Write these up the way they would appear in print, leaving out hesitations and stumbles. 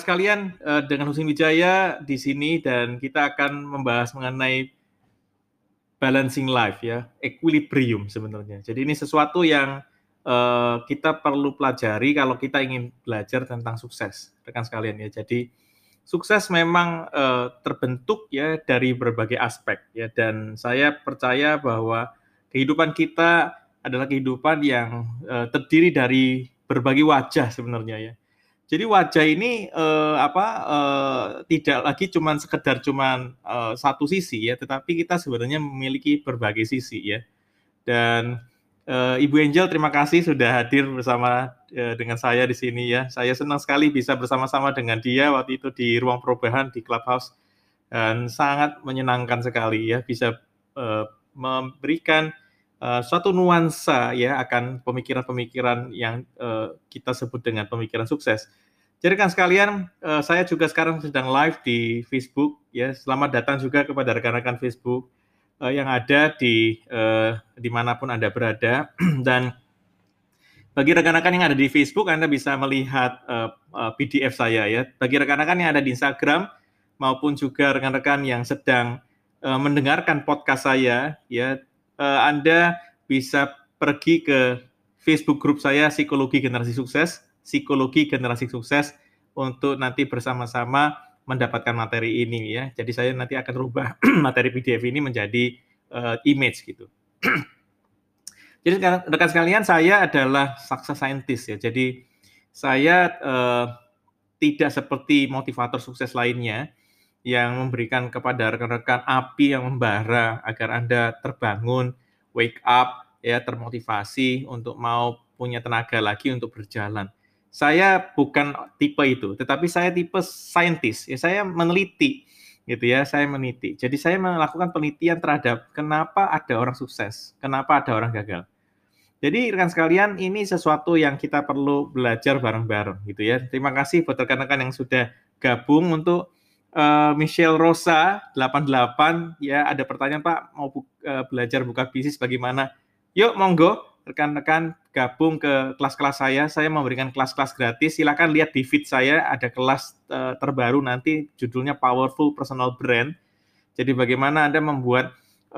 sekalian, dengan Husin Wijaya di sini dan kita akan membahas mengenai balancing life ya, equilibrium sebenarnya. Jadi ini sesuatu yang kita perlu pelajari kalau kita ingin belajar tentang sukses, rekan sekalian ya. Jadi sukses memang terbentuk ya dari berbagai aspek ya, dan saya percaya bahwa kehidupan kita adalah kehidupan yang terdiri dari berbagai wajah sebenarnya ya. Jadi wajah ini, tidak lagi cuman sekedar satu sisi ya, tetapi kita sebenarnya memiliki berbagai sisi ya. Dan, Ibu Angel terima kasih sudah hadir bersama, dengan saya di sini ya. Saya senang sekali bisa bersama-sama dengan dia waktu itu di ruang perubahan di Clubhouse, dan sangat menyenangkan sekali ya bisa, memberikan, suatu nuansa ya akan pemikiran-pemikiran yang, kita sebut dengan pemikiran sukses. Jadi rekan sekalian, saya juga sekarang sedang live di Facebook ya. Selamat datang juga kepada rekan-rekan Facebook, yang ada di manapun Anda berada. Dan bagi rekan-rekan yang ada di Facebook, Anda bisa melihat PDF saya ya. Bagi rekan-rekan yang ada di Instagram maupun juga rekan-rekan yang sedang mendengarkan podcast saya ya, Anda bisa pergi ke Facebook grup saya Psikologi Generasi Sukses untuk nanti bersama-sama mendapatkan materi ini ya. Jadi saya nanti akan rubah materi PDF ini menjadi image gitu. Jadi rekan sekalian, saya adalah success scientist ya. Jadi saya tidak seperti motivator sukses lainnya yang memberikan kepada rekan-rekan api yang membara agar Anda terbangun, wake up, ya termotivasi untuk mau punya tenaga lagi untuk berjalan. Saya bukan tipe itu, tetapi saya tipe scientist. Ya, saya meneliti, gitu ya. Saya meneliti. Jadi saya melakukan penelitian terhadap kenapa ada orang sukses, kenapa ada orang gagal. Jadi rekan sekalian, ini sesuatu yang kita perlu belajar bareng-bareng gitu ya. Terima kasih buat rekan-rekan yang sudah gabung untuk Michelle Rosa 88 ya, ada pertanyaan Pak, mau belajar buka bisnis bagaimana? Yuk monggo rekan-rekan gabung ke kelas-kelas saya memberikan kelas-kelas gratis. Silakan lihat di feed saya ada kelas terbaru nanti judulnya Powerful Personal Brand. Jadi bagaimana Anda membuat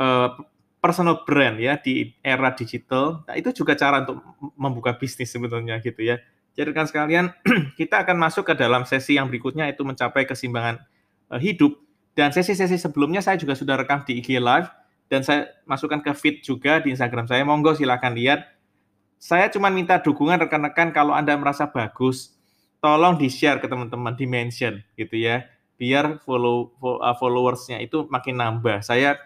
personal brand ya di era digital. Nah, itu juga cara untuk membuka bisnis sebenarnya gitu ya. Jadi rekan sekalian, kita akan masuk ke dalam sesi yang berikutnya, itu mencapai keseimbangan hidup. Dan sesi-sesi sebelumnya saya juga sudah rekam di IG Live dan saya masukkan ke feed juga di Instagram saya. Monggo silakan lihat. Saya cuma minta dukungan rekan-rekan kalau Anda merasa bagus, tolong di-share ke teman-teman, di-mention gitu ya. Biar followers-nya itu makin nambah. Saya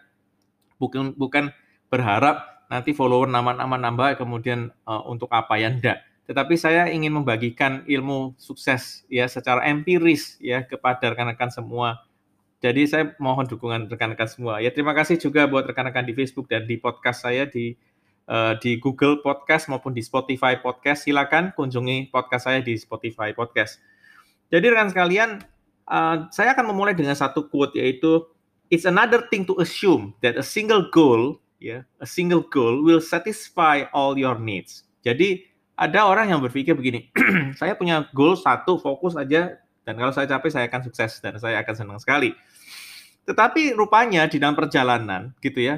bukan berharap nanti follower nambah kemudian untuk apa ya, enggak. Tetapi saya ingin membagikan ilmu sukses ya secara empiris ya kepada rekan-rekan semua. Jadi saya mohon dukungan rekan-rekan semua. Ya terima kasih juga buat rekan-rekan di Facebook dan di podcast saya di Google Podcast maupun di Spotify Podcast. Silakan kunjungi podcast saya di Spotify Podcast. Jadi rekan sekalian, saya akan memulai dengan satu quote, yaitu it's another thing to assume that a single goal will satisfy all your needs. Jadi ada orang yang berpikir begini, saya punya goal satu, fokus aja, dan kalau saya capai saya akan sukses dan saya akan senang sekali. Tetapi rupanya di dalam perjalanan, gitu ya,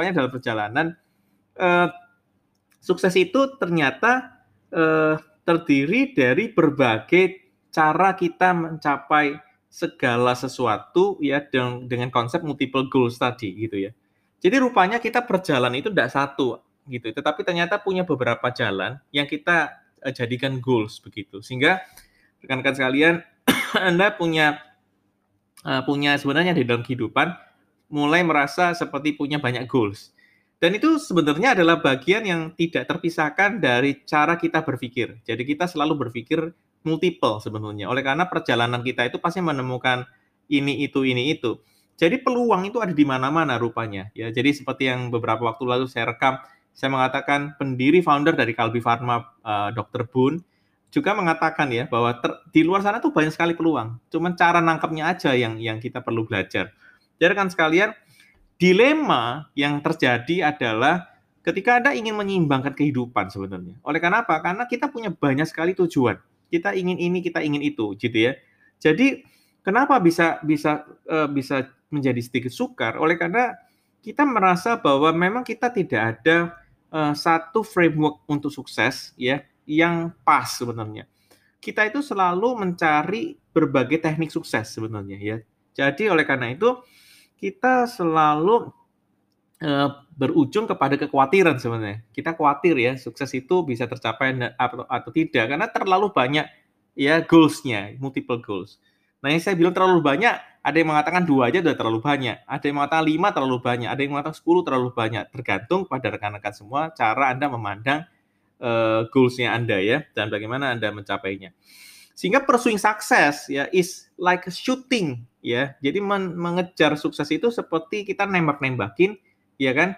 sukses itu ternyata terdiri dari berbagai cara kita mencapai segala sesuatu ya dengan konsep multiple goals tadi gitu ya. Jadi rupanya kita berjalan itu tidak satu gitu, tetapi ternyata punya beberapa jalan yang kita jadikan goals begitu. Sehingga rekan-rekan sekalian, Anda punya sebenarnya di dalam kehidupan mulai merasa seperti punya banyak goals. Dan itu sebenarnya adalah bagian yang tidak terpisahkan dari cara kita berpikir. Jadi kita selalu berpikir multiple sebenarnya. Oleh karena perjalanan kita itu pasti menemukan ini, itu. Jadi peluang itu ada di mana-mana rupanya. Ya, jadi seperti yang beberapa waktu lalu saya rekam, saya mengatakan pendiri founder dari Kalbi Pharma, Dr. Boon, juga mengatakan ya bahwa di luar sana tuh banyak sekali peluang. Cuman cara nangkepnya aja yang kita perlu belajar. Jadi kan sekalian, dilema yang terjadi adalah ketika Anda ingin menyeimbangkan kehidupan sebenarnya. Oleh karena apa? Karena kita punya banyak sekali tujuan. Kita ingin ini, kita ingin itu, gitu ya. Jadi kenapa bisa menjadi sedikit sukar? Oleh karena kita merasa bahwa memang kita tidak ada satu framework untuk sukses ya yang pas sebenarnya. Kita itu selalu mencari berbagai teknik sukses sebenarnya ya. Jadi oleh karena itu kita selalu berujung kepada kekhawatiran sebenarnya. Kita khawatir ya sukses itu bisa tercapai atau tidak karena terlalu banyak ya goals-nya, multiple goals. Nah, yang saya bilang terlalu banyak, ada yang mengatakan 2 aja udah terlalu banyak, ada yang mengatakan 5 terlalu banyak, ada yang mengatakan 10 terlalu banyak, tergantung pada rekan-rekan semua cara Anda memandang goals-nya Anda ya dan bagaimana Anda mencapainya. Sehingga pursuing success ya is like a shooting ya. Jadi mengejar sukses itu seperti kita nembak-nembakin ya kan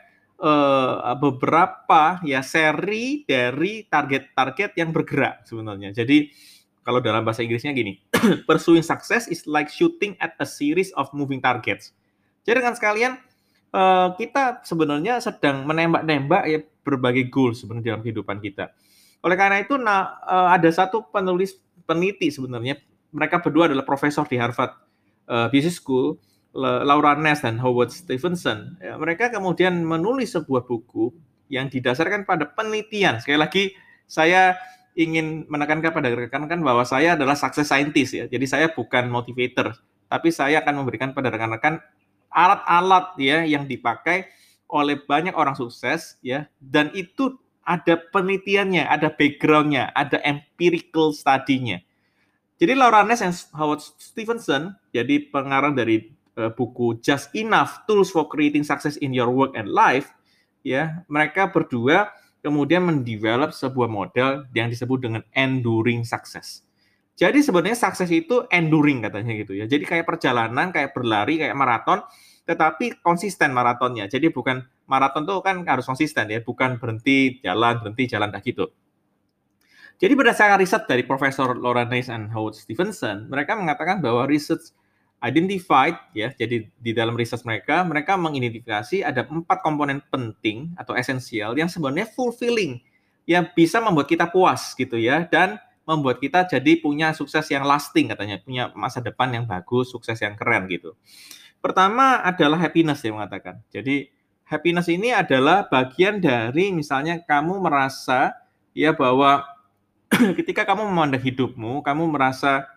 beberapa ya seri dari target-target yang bergerak sebenarnya. Jadi kalau dalam bahasa Inggrisnya gini, pursuing success is like shooting at a series of moving targets. Jadi dengan sekalian kita sebenarnya sedang menembak-nembak ya berbagai goals sebenarnya dalam kehidupan kita. Oleh karena itu, ada satu peneliti sebenarnya, mereka berdua adalah profesor di Harvard Business School, Laura Ness dan Howard Stevenson. Ya, mereka kemudian menulis sebuah buku yang didasarkan pada penelitian. Sekali lagi, saya ingin menekankan pada rekan-rekan bahwa saya adalah success scientist ya. Jadi saya bukan motivator, tapi saya akan memberikan pada rekan-rekan alat-alat ya yang dipakai oleh banyak orang sukses ya, dan itu ada penelitiannya, ada background-nya, ada empirical study-nya. Jadi Laura Ness dan Howard Stevenson, jadi pengarang dari buku Just Enough: Tools for Creating Success in Your Work and Life, ya, mereka berdua kemudian mendevelop sebuah model yang disebut dengan enduring success. Jadi sebenarnya sukses itu enduring katanya gitu ya. Jadi kayak perjalanan, kayak berlari, kayak maraton, tetapi konsisten maratonnya. Jadi bukan maraton tuh kan harus konsisten ya, bukan berhenti jalan dah gitu. Jadi berdasarkan riset dari Profesor Laura Ness dan Howard Stevenson, mereka mengatakan bahwa research identified ya, jadi di dalam riset mereka mengidentifikasi ada 4 komponen penting atau esensial yang sebenarnya fulfilling, yang bisa membuat kita puas gitu ya, dan membuat kita jadi punya sukses yang lasting katanya, punya masa depan yang bagus, sukses yang keren gitu. Pertama adalah happiness dia mengatakan. Jadi happiness ini adalah bagian dari misalnya kamu merasa ya bahwa ketika kamu memandang hidupmu, kamu merasa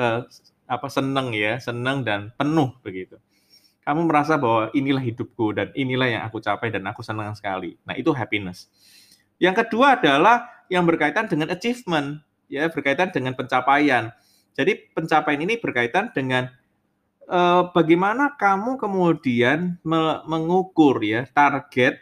senang dan penuh begitu. Kamu merasa bahwa inilah hidupku dan inilah yang aku capai dan aku senang sekali. Nah, itu happiness. Yang kedua adalah yang berkaitan dengan achievement, ya, berkaitan dengan pencapaian. Jadi pencapaian ini berkaitan dengan bagaimana kamu kemudian mengukur ya target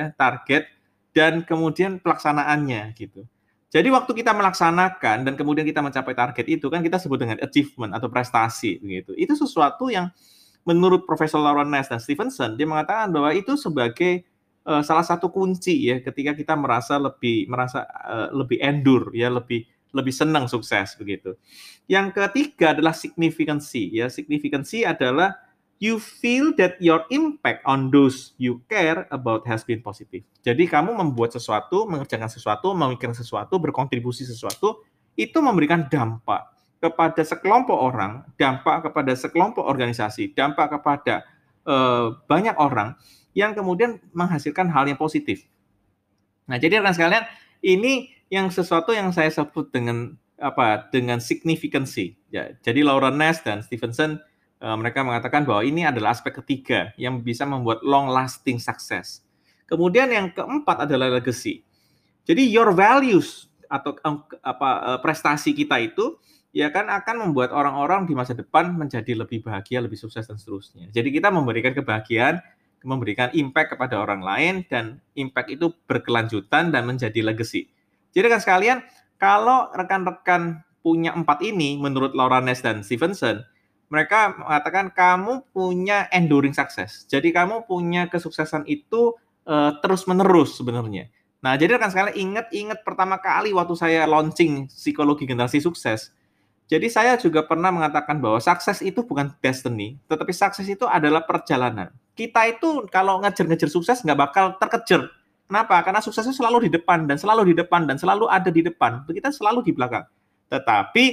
dan kemudian pelaksanaannya gitu. Jadi waktu kita melaksanakan dan kemudian kita mencapai target itu kan kita sebut dengan achievement atau prestasi begitu. Itu sesuatu yang menurut Profesor Laura Ness dan Stevenson dia mengatakan bahwa itu sebagai salah satu kunci ya ketika kita merasa lebih endure ya, lebih senang sukses begitu. Yang ketiga adalah significancy ya. Significancy adalah you feel that your impact on those you care about has been positive. Jadi kamu membuat sesuatu, mengerjakan sesuatu, memikirkan sesuatu, berkontribusi sesuatu, itu memberikan dampak kepada sekelompok orang, dampak kepada sekelompok organisasi, dampak kepada banyak orang yang kemudian menghasilkan hal yang positif. Nah, jadi rekan sekalian, ini yang sesuatu yang saya sebut dengan significancy. Ya, jadi Laura Ness dan Stevenson mereka mengatakan bahwa ini adalah aspek ketiga yang bisa membuat long lasting success. Kemudian yang keempat adalah legacy. Jadi your values atau prestasi kita itu ya kan akan membuat orang-orang di masa depan menjadi lebih bahagia, lebih sukses dan seterusnya. Jadi kita memberikan kebahagiaan, memberikan impact kepada orang lain dan impact itu berkelanjutan dan menjadi legacy. Jadi kan sekalian, kalau rekan-rekan punya 4 ini menurut Laura Ness dan Stevenson, mereka mengatakan kamu punya enduring success. Jadi kamu punya kesuksesan itu terus-menerus sebenarnya. Nah, jadi rekan sekalian ingat pertama kali waktu saya launching psikologi generasi sukses. Jadi saya juga pernah mengatakan bahwa sukses itu bukan destiny, tetapi sukses itu adalah perjalanan. Kita itu kalau ngejar-ngejar sukses nggak bakal terkejar. Kenapa? Karena suksesnya selalu di depan dan selalu di depan dan selalu ada di depan. Kita selalu di belakang. Tetapi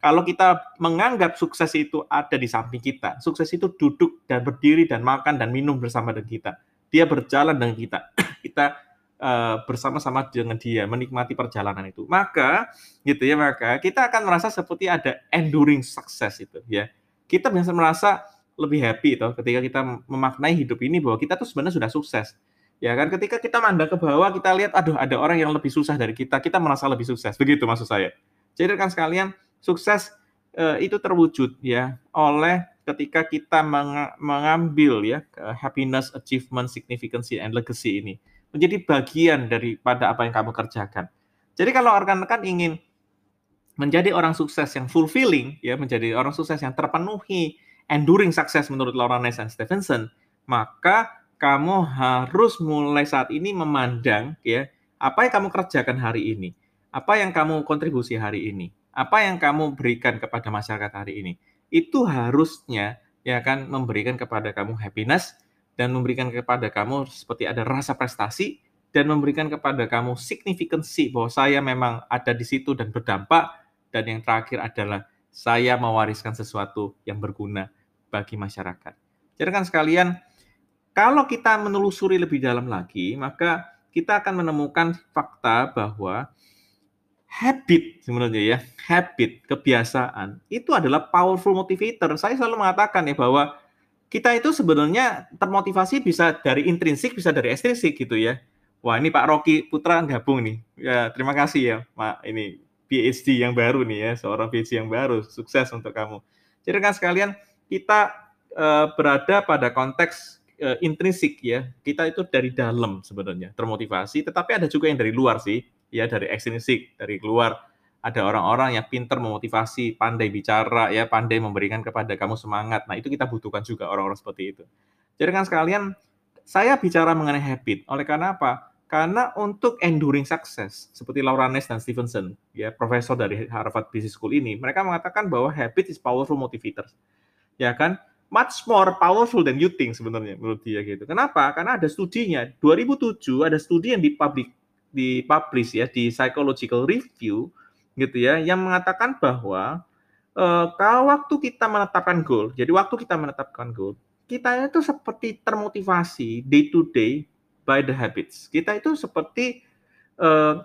Kalau kita menganggap sukses itu ada di samping kita, sukses itu duduk dan berdiri dan makan dan minum bersama dengan kita. Dia berjalan dengan kita. Kita bersama-sama dengan dia menikmati perjalanan itu. Maka gitu ya, maka kita akan merasa seperti ada enduring success itu ya. Kita bisa merasa lebih happy toh ketika kita memaknai hidup ini bahwa kita tuh sebenarnya sudah sukses. Ya kan ketika kita mandang ke bawah kita lihat aduh ada orang yang lebih susah dari kita merasa lebih sukses. Begitu maksud saya. Jadi rekan sekalian, sukses itu terwujud ya oleh ketika kita mengambil ya happiness, achievement, significance and legacy ini menjadi bagian daripada apa yang kamu kerjakan. Jadi kalau rekan-rekan ingin menjadi orang sukses yang fulfilling, ya menjadi orang sukses yang terpenuhi, enduring success menurut Lawrence dan Stevenson, maka kamu harus mulai saat ini memandang ya apa yang kamu kerjakan hari ini, apa yang kamu kontribusi hari ini, apa yang kamu berikan kepada masyarakat hari ini. Itu harusnya ya kan memberikan kepada kamu happiness dan memberikan kepada kamu seperti ada rasa prestasi dan memberikan kepada kamu signifikansi bahwa saya memang ada di situ dan berdampak. Dan yang terakhir adalah saya mewariskan sesuatu yang berguna bagi masyarakat. Jadi kan sekalian, kalau kita menelusuri lebih dalam lagi, maka kita akan menemukan fakta bahwa habit sebenarnya ya, habit, kebiasaan, itu adalah powerful motivator. Saya selalu mengatakan ya bahwa kita itu sebenarnya termotivasi bisa dari intrinsik, bisa dari ekstrinsik gitu ya. Wah ini Pak Rocky Putra gabung nih. Ya terima kasih ya Pak ini PhD yang baru nih ya, seorang PhD yang baru, sukses untuk kamu. Jadi kan sekalian kita berada pada konteks intrinsik ya, kita itu dari dalam sebenarnya termotivasi, tetapi ada juga yang dari luar sih, ya dari ekstrinsik, dari luar ada orang-orang yang pintar memotivasi, pandai bicara, ya pandai memberikan kepada kamu semangat. Nah itu kita butuhkan juga orang-orang seperti itu. Jadi kan sekalian, saya bicara mengenai habit. Oleh karena apa? Karena untuk enduring success, seperti Lawrence dan Stevenson, ya profesor dari Harvard Business School ini, mereka mengatakan bahwa habit is powerful motivator, ya kan? Much more powerful than you think sebenarnya menurut dia gitu. Kenapa? Karena ada studinya. 2007 ada studi yang dipublish ya di Psychological Review gitu ya, yang mengatakan bahwa kalau waktu kita menetapkan goal, jadi waktu kita menetapkan goal, kita itu seperti termotivasi day to day by the habits. Kita itu seperti uh,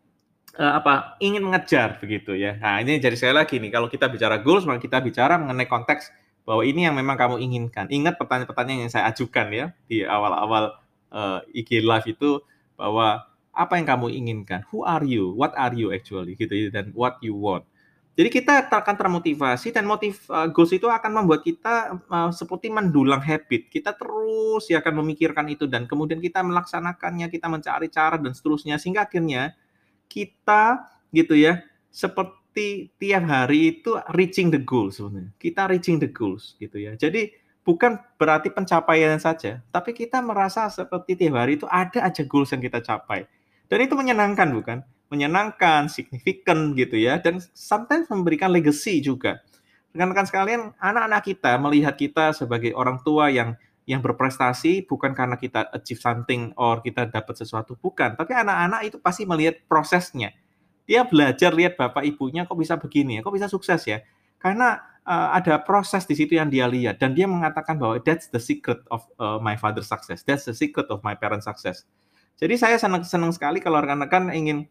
ingin mengejar begitu ya. Nah ini jadi saya lagi nih, kalau kita bicara goals, maka kita bicara mengenai konteks bahwa ini yang memang kamu inginkan. Ingat pertanyaan-pertanyaan yang saya ajukan ya di awal-awal IG Live itu bahwa apa yang kamu inginkan, who are you, what are you actually gitu ya, dan what you want. Jadi kita akan termotivasi dan goals itu akan membuat kita seperti mendulang habit. Kita terus ya akan memikirkan itu dan kemudian kita melaksanakannya, kita mencari cara dan seterusnya sehingga akhirnya kita gitu ya seperti tiap hari itu reaching the goal sebenarnya. Kita reaching the goals gitu ya. Jadi bukan berarti pencapaian saja, tapi kita merasa seperti tiap hari itu ada aja goals yang kita capai. Dan itu menyenangkan bukan? Menyenangkan, signifikan gitu ya, dan sometimes memberikan legacy juga. Rekan-rekan sekalian, anak-anak kita melihat kita sebagai orang tua yang berprestasi bukan karena kita achieve something or kita dapat sesuatu, bukan. Tapi anak-anak itu pasti melihat prosesnya. Dia belajar lihat bapak ibunya kok bisa begini ya, kok bisa sukses ya. Karena ada proses di situ yang dia lihat dan dia mengatakan bahwa that's the secret of my father's success, that's the secret of my parents' success. Jadi saya senang sekali kalau rekan-rekan ingin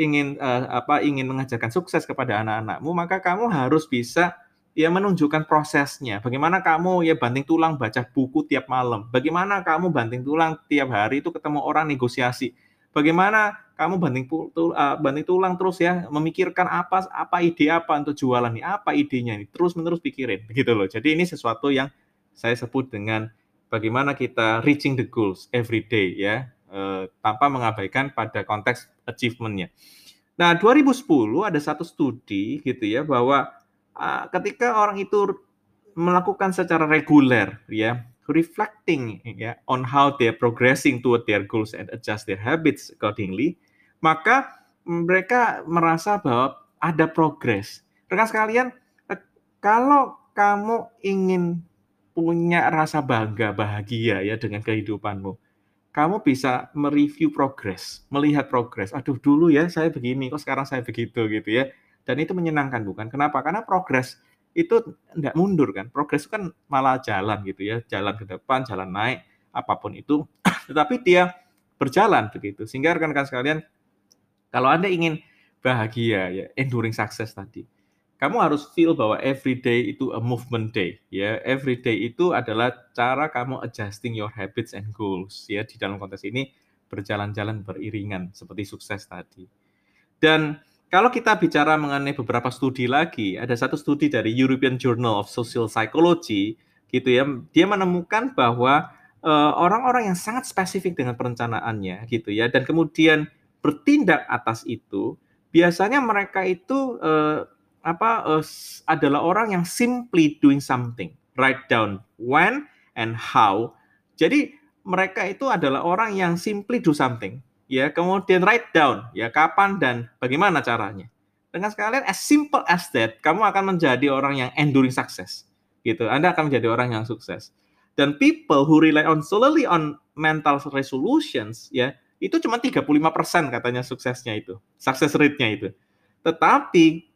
ingin mengajarkan sukses kepada anak-anakmu, maka kamu harus bisa ya menunjukkan prosesnya. Bagaimana kamu ya banting tulang baca buku tiap malam. Bagaimana kamu banting tulang tiap hari itu ketemu orang negosiasi. Bagaimana kamu banting tulang terus ya memikirkan apa ide apa untuk jualan nih, apa idenya nih, terus-menerus pikirin gitu loh. Jadi ini sesuatu yang saya sebut dengan bagaimana kita reaching the goals every day ya, tanpa mengabaikan pada konteks achievement-nya. Nah, 2010 ada satu studi gitu ya bahwa ketika orang itu melakukan secara reguler ya, reflecting ya on how they are progressing toward their goals and adjust their habits accordingly, maka mereka merasa bahwa ada progres. Rekan sekalian, kalau kamu ingin punya rasa bangga, bahagia ya dengan kehidupanmu, kamu bisa mereview progres, melihat progres. Aduh dulu ya saya begini, kok sekarang saya begitu gitu ya. dan itu menyenangkan bukan? Kenapa? Karena progres itu enggak mundur kan, progres itu kan malah jalan gitu ya, jalan ke depan, jalan naik, apapun itu, tetapi dia berjalan begitu. Sehingga rekan-rekan sekalian, kalau Anda ingin bahagia ya, enduring success tadi, kamu harus feel bahwa every day itu a movement day ya. Every day itu adalah cara kamu adjusting your habits and goals ya. Di dalam konteks ini berjalan-jalan beriringan seperti sukses tadi. Dan kalau kita bicara mengenai beberapa studi lagi, ada satu studi dari European Journal of Social Psychology gitu ya. Dia menemukan bahwa orang-orang yang sangat spesifik dengan perencanaannya gitu ya, dan kemudian bertindak atas itu, biasanya mereka itu adalah orang yang simply doing something, write down when and how. Jadi mereka itu adalah orang yang simply do something, ya, kemudian write down, ya, kapan dan bagaimana caranya. Dengan sekalian as simple as that, kamu akan menjadi orang yang enduring success, gitu. Anda akan menjadi orang yang sukses. Dan people who rely on solely on mental resolutions, ya, itu cuma 35% katanya suksesnya itu, success rate-nya itu. Tetapi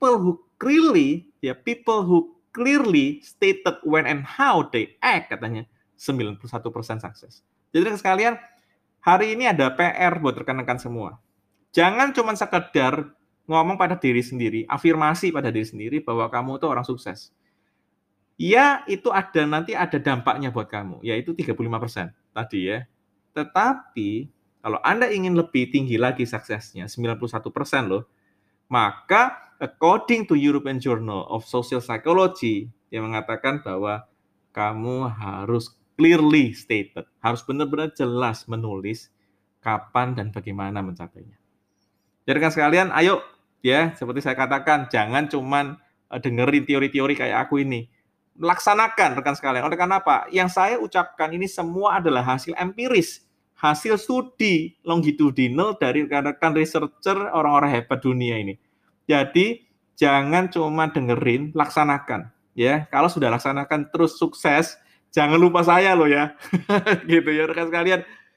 people who clearly stated when and how they act katanya 91% sukses. Jadi sekalian, hari ini ada PR buat rekan-rekan semua. Jangan cuma sekedar ngomong pada diri sendiri, afirmasi pada diri sendiri bahwa kamu itu orang sukses. Ya, itu nanti ada dampaknya buat kamu, yaitu 35% tadi ya. Tetapi kalau Anda ingin lebih tinggi lagi suksesnya, 91% loh, maka according to European Journal of Social Psychology, yang mengatakan bahwa kamu harus clearly stated, harus benar-benar jelas menulis kapan dan bagaimana mencapainya. Jadi kan sekalian, ayo ya, seperti saya katakan, jangan cuman dengerin teori-teori kayak aku ini. Laksanakan rekan sekalian. Oleh karena apa? Yang saya ucapkan ini semua adalah hasil empiris, hasil studi longitudinal dari rekan-rekan researcher orang-orang hebat dunia ini. Jadi jangan cuma dengerin, laksanakan. Ya, kalau sudah laksanakan terus sukses, jangan lupa saya loh ya. Gitu ya rekan sekalian.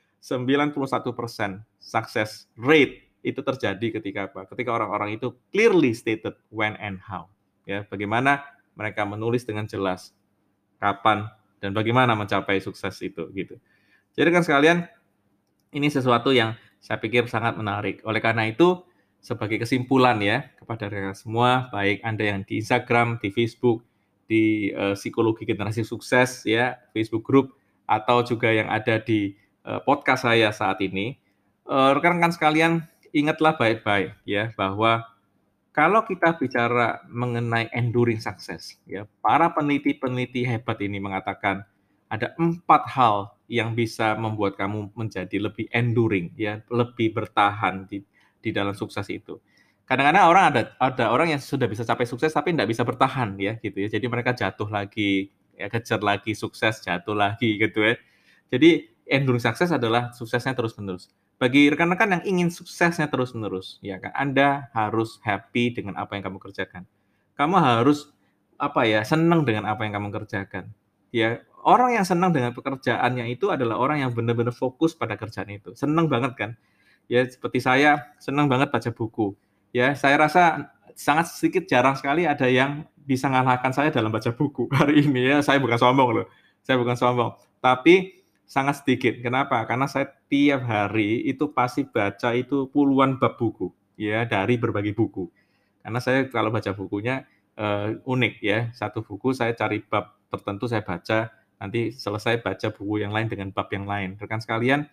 91% success rate itu terjadi ketika apa? Ketika orang-orang itu clearly stated when and how. Ya, bagaimana mereka menulis dengan jelas kapan dan bagaimana mencapai sukses itu gitu. Jadi kan sekalian, ini sesuatu yang saya pikir sangat menarik. Oleh karena itu, sebagai kesimpulan ya kepada rekan semua, baik Anda yang di Instagram, di Facebook, di Psikologi Generasi Sukses ya, Facebook group, atau juga yang ada di podcast saya saat ini, rekan-rekan sekalian, ingatlah baik-baik ya bahwa kalau kita bicara mengenai enduring success, ya, para peneliti-peneliti hebat ini mengatakan ada 4 hal yang bisa membuat kamu menjadi lebih enduring, ya, lebih bertahan di dalam sukses itu. Kadang-kadang ada orang yang sudah bisa capai sukses tapi tidak bisa bertahan, ya, gitu ya. Jadi mereka jatuh lagi, ya, kejar lagi sukses, jatuh lagi, gitu ya. Jadi enduring success adalah suksesnya terus-menerus. Bagi rekan-rekan yang ingin suksesnya terus-menerus, ya kan, Anda harus happy dengan apa yang kamu kerjakan. Kamu harus senang dengan apa yang kamu kerjakan. Ya, orang yang senang dengan pekerjaannya itu adalah orang yang benar-benar fokus pada kerjaan itu. Senang banget kan? Ya, seperti saya senang banget baca buku. Ya, saya rasa sangat sedikit, jarang sekali ada yang bisa mengalahkan saya dalam baca buku hari ini ya. Saya bukan sombong loh. Saya bukan sombong. Tapi sangat sedikit. Kenapa? Karena saya tiap hari itu pasti baca itu puluhan bab buku, ya, dari berbagai buku. Karena saya kalau baca bukunya unik ya. Satu buku saya cari bab tertentu saya baca, nanti selesai baca buku yang lain dengan bab yang lain. Rekan sekalian,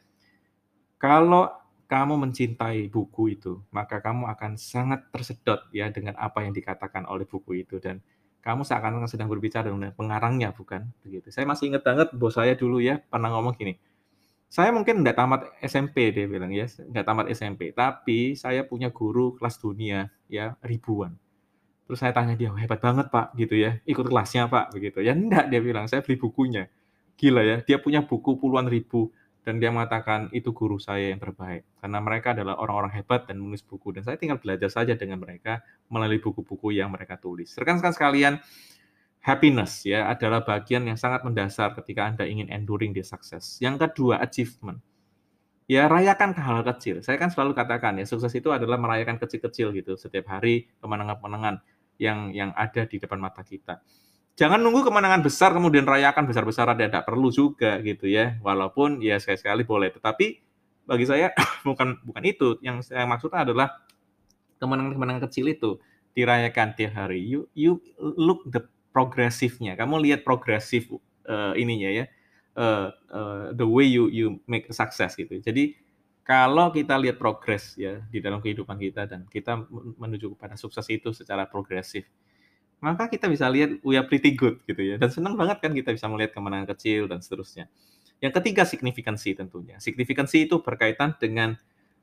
kalau kamu mencintai buku itu, maka kamu akan sangat tersedot ya dengan apa yang dikatakan oleh buku itu dan kamu seakan-akan sedang berbicara dengan pengarangnya, bukan? Begitu. Saya masih ingat banget bos saya dulu ya pernah ngomong gini, "Saya mungkin nggak tamat SMP," dia bilang ya, "nggak tamat SMP, tapi saya punya guru kelas dunia ya, ribuan." Terus saya tanya dia, "Wah, hebat banget Pak," gitu ya, "ikut kelasnya Pak?" Begitu. "Ya enggak," dia bilang, "saya beli bukunya." Gila ya, dia punya buku puluhan ribu dan dia mengatakan, "Itu guru saya yang terbaik." Karena mereka adalah orang-orang hebat dan menulis buku dan saya tinggal belajar saja dengan mereka melalui buku-buku yang mereka tulis. Rekan-rekan sekalian, happiness ya adalah bagian yang sangat mendasar ketika Anda ingin enduring di sukses. Yang kedua, achievement. Ya rayakan hal kecil. Saya kan selalu katakan ya, sukses itu adalah merayakan kecil-kecil gitu, setiap hari kemenangan-kemenangan yang ada di depan mata kita. Jangan nunggu kemenangan besar kemudian rayakan besar-besaran, ya nggak perlu juga gitu ya. Walaupun ya sekali-sekali boleh, tetapi bagi saya bukan itu, yang saya maksudnya adalah kemenangan-kemenangan kecil itu dirayakan tiap hari. You look the progresifnya. Kamu lihat progresif ininya ya, the way you make a success gitu. Jadi kalau kita lihat progres ya di dalam kehidupan kita dan kita menuju kepada sukses itu secara progresif, maka kita bisa lihat we are pretty good gitu ya. Dan senang banget kan kita bisa melihat kemenangan kecil dan seterusnya. Yang ketiga signifikansi tentunya. Signifikansi itu berkaitan dengan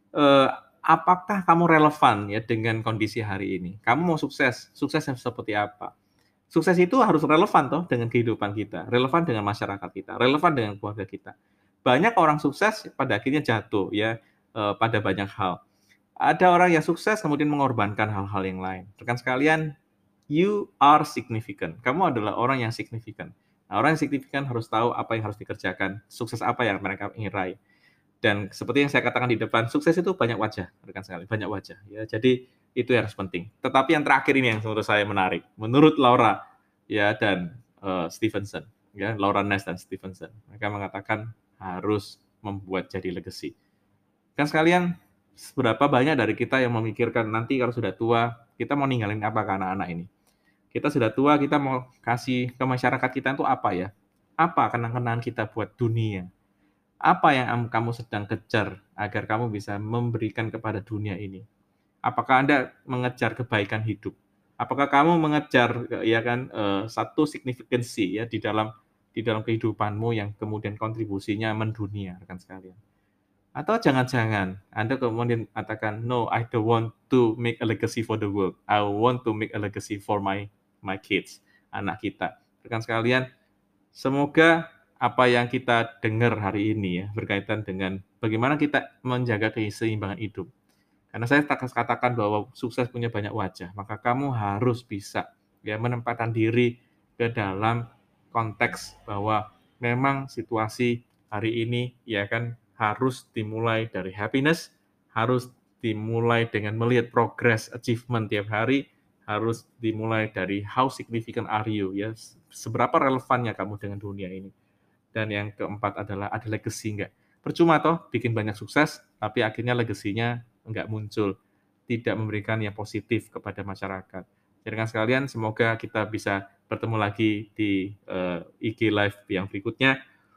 apakah kamu relevan ya dengan kondisi hari ini? Kamu mau sukses, sukses yang seperti apa? Sukses itu harus relevan toh dengan kehidupan kita, relevan dengan masyarakat kita, relevan dengan keluarga kita. Banyak orang sukses pada akhirnya jatuh ya, pada banyak hal. Ada orang yang sukses kemudian mengorbankan hal-hal yang lain. Rekan sekalian, you are significant. Kamu adalah orang yang signifikan. Nah, orang yang signifikan harus tahu apa yang harus dikerjakan, sukses apa yang mereka ingin raih. Dan seperti yang saya katakan di depan, sukses itu banyak wajah, rekan sekali, banyak wajah ya. Jadi itu yang harus penting. Tetapi yang terakhir ini yang menurut saya menarik. Menurut Laura ya dan Stevenson ya, Laura Ness dan Stevenson. Mereka mengatakan harus membuat jadi legacy. Kan sekalian, seberapa banyak dari kita yang memikirkan nanti kalau sudah tua, kita mau ninggalin apa ke anak-anak ini? Kita sudah tua, kita mau kasih ke masyarakat kita itu apa ya? Apa kenang-kenangan kita buat dunia? Apa yang kamu sedang kejar agar kamu bisa memberikan kepada dunia ini? Apakah Anda mengejar kebaikan hidup? Apakah kamu mengejar ya kan satu signifikansi ya di dalam kehidupanmu yang kemudian kontribusinya mendunia rekan sekalian? Atau jangan-jangan Anda kemudian katakan, "No, I don't want to make a legacy for the world. I want to make a legacy for my kids," anak kita. Rekan sekalian, semoga apa yang kita dengar hari ini ya, berkaitan dengan bagaimana kita menjaga keseimbangan hidup. Karena saya katakan bahwa sukses punya banyak wajah, maka kamu harus bisa ya menempatkan diri ke dalam konteks bahwa memang situasi hari ini ya kan harus dimulai dari happiness, harus dimulai dengan melihat progress achievement tiap hari, harus dimulai dari how significant are you ya, seberapa relevannya kamu dengan dunia ini. Dan yang keempat adalah ada legacy enggak. Percuma toh bikin banyak sukses, tapi akhirnya legasinya enggak muncul, tidak memberikan yang positif kepada masyarakat. Jadi rekan sekalian, semoga kita bisa bertemu lagi di IG Live yang berikutnya.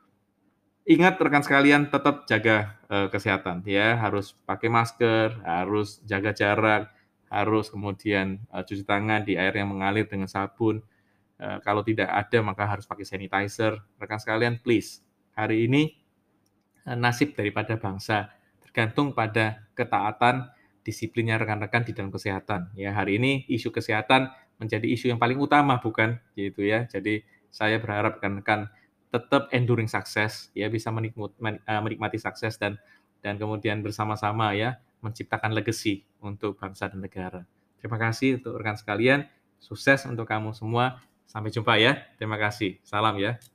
Ingat rekan sekalian tetap jaga kesehatan ya, harus pakai masker, harus jaga jarak, harus kemudian cuci tangan di air yang mengalir dengan sabun. Kalau tidak ada maka harus pakai sanitizer. Rekan sekalian please, hari ini nasib daripada bangsa tergantung pada ketaatan disiplinnya rekan-rekan di dalam kesehatan. Ya, hari ini isu kesehatan menjadi isu yang paling utama bukan, gitu ya. Jadi saya berharap rekan-rekan tetap enduring sukses ya, bisa menikmati sukses dan kemudian bersama-sama ya menciptakan legacy untuk bangsa dan negara. Terima kasih untuk rekan sekalian, sukses untuk kamu semua. Sampai jumpa ya. Terima kasih. Salam ya.